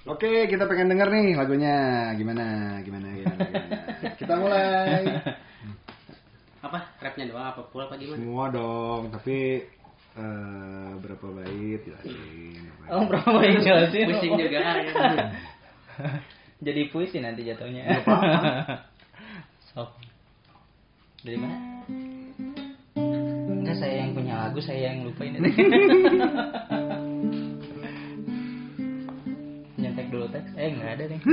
Oke, kita pengen denger nih lagunya. Gimana. Kita mulai. Apa? Rapnya doang apa pula apa gimana? Semua dong, tapi berapa bait jelasin. Oh, berapa bait jelasin? Pusing juga. Jadi puisi nanti jatuhnya. Gak apa-apa. Sok. Dari mana? Enggak, saya yang punya lagu, saya yang lupa ini. Nyentek dulu teks. Enggak ada nih.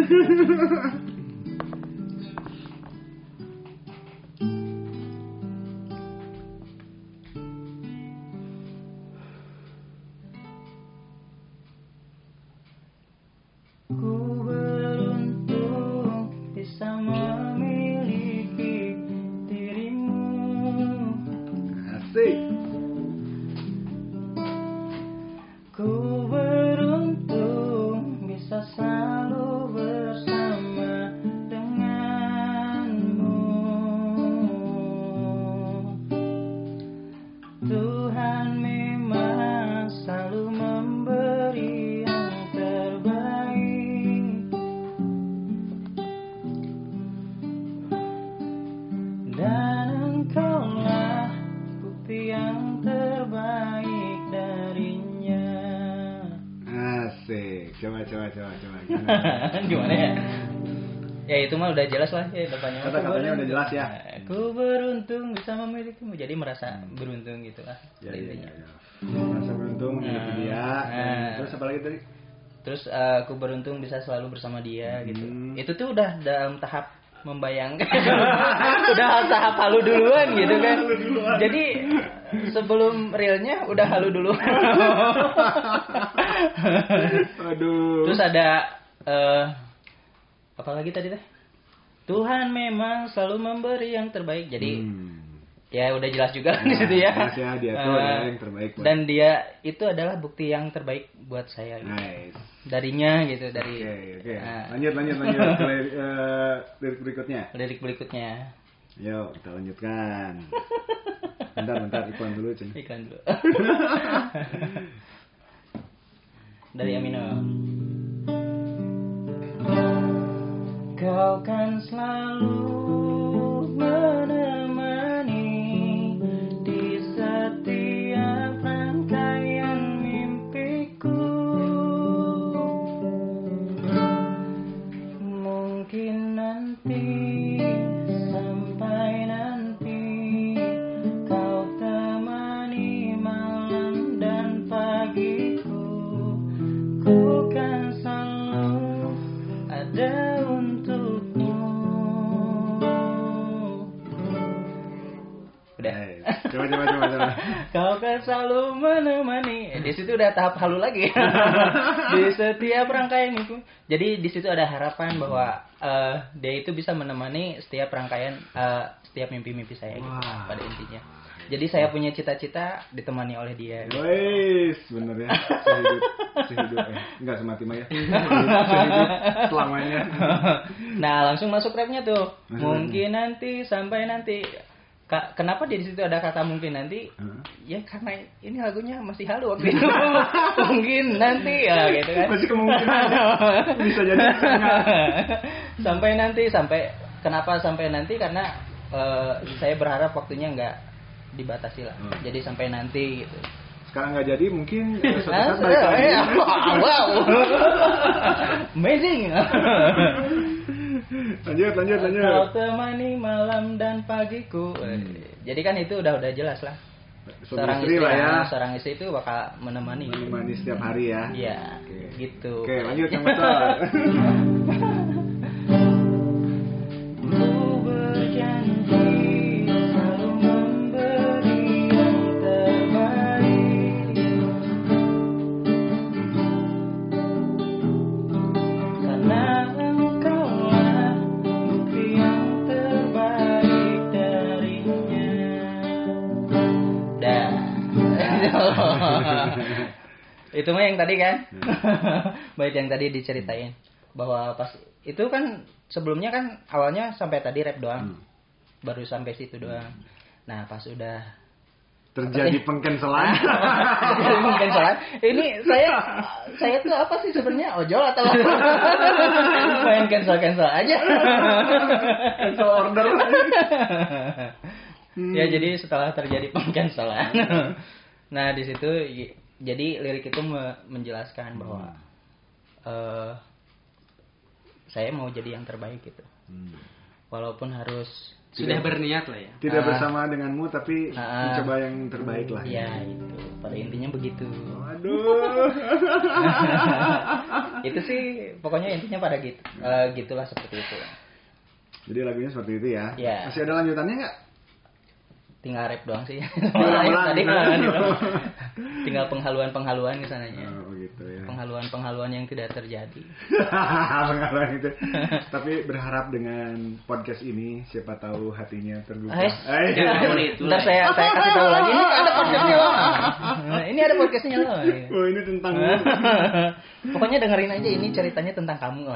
Ku beruntung bisa memiliki dirimu. Asik. Ku beruntung bisa selalu bersama denganmu. Tuhan memang selalu memberi yang terbaik, dan engkaulah bukti yang terbaik darinya. Asik. Coba. Gimana ya? Ya itu mah udah jelas lah ya depannya. Kata-katanya udah jelas ya. Aku beruntung bisa memilikimu. Jadi merasa beruntung gitu lah. Ya. Intinya. Merasa beruntung memiliki dia. Terus apa lagi tadi? Terus aku beruntung bisa selalu bersama dia gitu. Itu tuh udah dalam tahap membayangkan. Udah tahap halu duluan gitu kan. Jadi sebelum realnya udah halu duluan. Aduh. Terus ada apa lagi tadi teh? Tuhan memang selalu memberi yang terbaik. Jadi ya udah jelas juga di situ ya. Jelas ya, dia tuh adalah yang terbaik buat. Dan dia itu adalah bukti yang terbaik buat saya gitu. Nice. Darinya gitu dari. Oke. Lanjut ke lirik berikutnya. Lirik berikutnya. Yuk, kita lanjutkan. Bentar, iklan dulu, Ceng. Iklan dulu. Dari Amino. Kau kan selalu menemani di setiap rangkaian mimpiku. Mungkin nanti, sampai nanti, kau temani malam dan pagiku. Ku kan selalu ada untukmu. Udah. Coba. Kau kan selalu menemani. Di situ udah tahap halu lagi. Di setiap rangkaian itu. Jadi di situ ada harapan bahwa dia itu bisa menemani setiap rangkaian setiap mimpi-mimpi saya gitu, pada intinya. Jadi saya punya cita-cita ditemani oleh dia. Gitu. Wes, bener ya. Sehidup. Enggak semati mah ya. Sehidup selamanya. Nah, langsung masuk rapnya tuh. Mungkin nanti, sampai nanti. Kenapa di situ ada kata mungkin nanti? Ya karena ini lagunya masih halu waktu itu. Mungkin nanti ya gitu kan. Masih kemungkinan. Bisa jadi enggak. Kenapa sampai nanti? Karena saya berharap waktunya enggak dibatasi lah. Jadi sampai nanti gitu. Sekarang nggak jadi, mungkin suatu saat balik lagi. Wow. Amazing. Lanjut. Kau temani malam dan pagiku. Jadi kan itu udah jelas lah. Seorang istri lah ya. Seorang istri itu bakal menemani setiap hari ya. Iya. Gitu. Oke, lanjut yang betul. Ku berjanji selalu memberi yang terbaik, karena engkaulah bukti yang terbaik darinya. Dah. Itu mah yang tadi kan. Bait yang tadi diceritain bahwa pas itu kan sebelumnya kan awalnya sampai tadi rap doang. Baru sampai situ doang. Nah, pas udah terjadi pengcancelan. Jadi pengcancelan. Ini saya tuh apa sih sebenarnya ojol atau main cancel aja. Cancel order. Ya jadi setelah terjadi pengcancelan. Nah di situ jadi lirik itu menjelaskan bahwa saya mau jadi yang terbaik gitu. Walaupun harus sudah berniat lah ya. Tidak bersama denganmu tapi mencoba yang terbaik lah. Ya itu pada intinya begitu. Waduh. Itu sih pokoknya intinya pada gitu. Gitulah seperti itu. Jadi lagunya seperti itu ya. Ya. Masih ada lanjutannya nggak? Tinggal rap doang sih. Tadi tinggal penghaluan ke sananya. Oh gitu ya. Penghaluan yang tidak terjadi. Penghaluan itu. Tapi berharap dengan podcast ini siapa tahu hatinya terbuka. Ntar saya kasih tahu lagi ini ada podcastnya loh. Ini ada podcastnya loh. Oh ini tentang. Pokoknya dengerin aja ini ceritanya tentang kamu.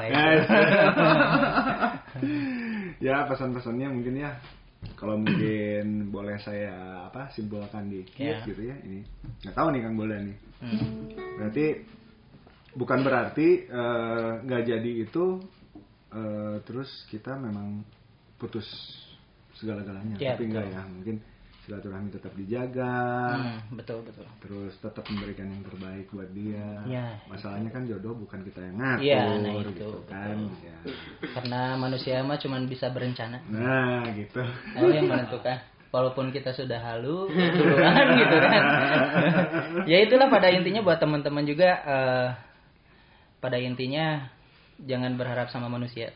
Ya pesan-pesannya mungkin ya. Kalau mungkin boleh saya simpulkan dikit gitu ya ini nggak tahu nih Kang Bolda nih. Berarti bukan berarti nggak jadi itu terus kita memang putus segala-galanya, tapi enggak ya, mungkin silaturahmi tetap dijaga. Betul. Terus tetap memberikan yang terbaik buat dia. Ya, masalahnya kan jodoh bukan kita yang ngatur. Iya, nah itu gitu kan. Ya. Karena manusia mah cuma bisa berencana. Nah, gitu. Allah yang menentukan. Walaupun kita sudah halu duluan gitu kan. Ya itulah pada intinya buat teman-teman juga pada intinya jangan berharap sama manusia.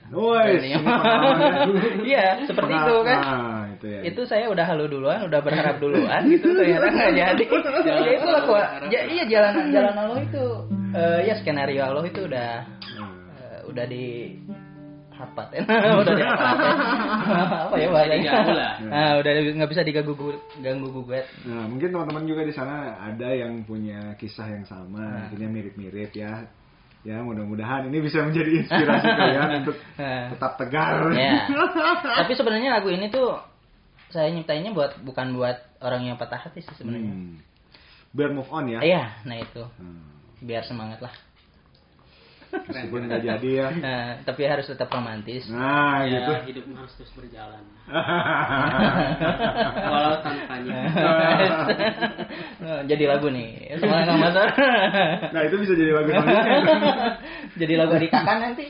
Iya, seperti itu kan. Itu, ya. Itu saya udah halu duluan, udah berharap duluan gitu ternyata nggak jadi. Ya itulah iya jalan Allah itu ya skenario Allah itu udah di hapat udah di hapat apa ya bahasanya. Udah nggak bisa ganggu gugat. Nah, mungkin teman-teman juga di sana ada yang punya kisah yang sama, akhirnya mirip-mirip ya. Ya mudah-mudahan ini bisa menjadi inspirasi kalian untuk tetap tegar. Ya. Tapi sebenarnya lagu ini tuh saya nyiptainnya bukan buat orang yang patah hati sih sebenarnya. Biar move on ya. Iya, nah itu. Biar semangat lah. Meskipun nggak jadi ya. Tapi harus tetap romantis. Nah, ya, gitu. Hidup harus terus berjalan. Walau tanpanya. Jadi lagu nih. Semangat Mas. Nah, itu bisa jadi lagu selanjutnya. Jadi lagu di Kakan nanti.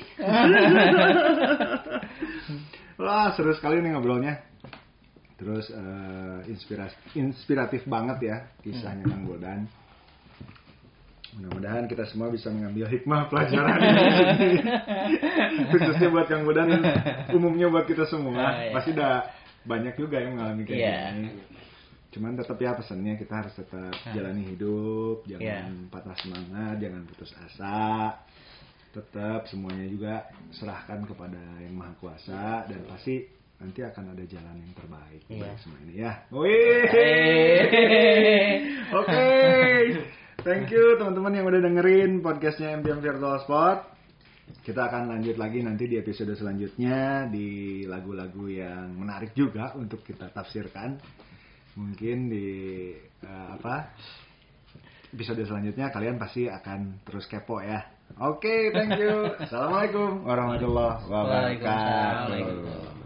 Wah, seru sekali nih ngobrolnya. Terus inspiratif banget ya kisahnya Kang Boldan. Mudah-mudahan kita semua bisa mengambil hikmah pelajaran ini. Khususnya buat Kang Boldan, umumnya buat kita semua. Pasti udah banyak juga yang mengalami kayak gini. Cuman tetap ya pesannya kita harus tetap jalani hidup, jangan patah semangat, jangan putus asa. Tetap semuanya juga serahkan kepada Yang Maha Kuasa dan pasti nanti akan ada jalan yang terbaik bagi semua ini ya. Oke. Thank you teman-teman yang udah dengerin podcastnya MPM Virtual Spot. Kita akan lanjut lagi nanti di episode selanjutnya di lagu-lagu yang menarik juga untuk kita tafsirkan. Mungkin di episode selanjutnya kalian pasti akan terus kepo ya. Oke, thank you. Assalamualaikum warahmatullahi wabarakatuh.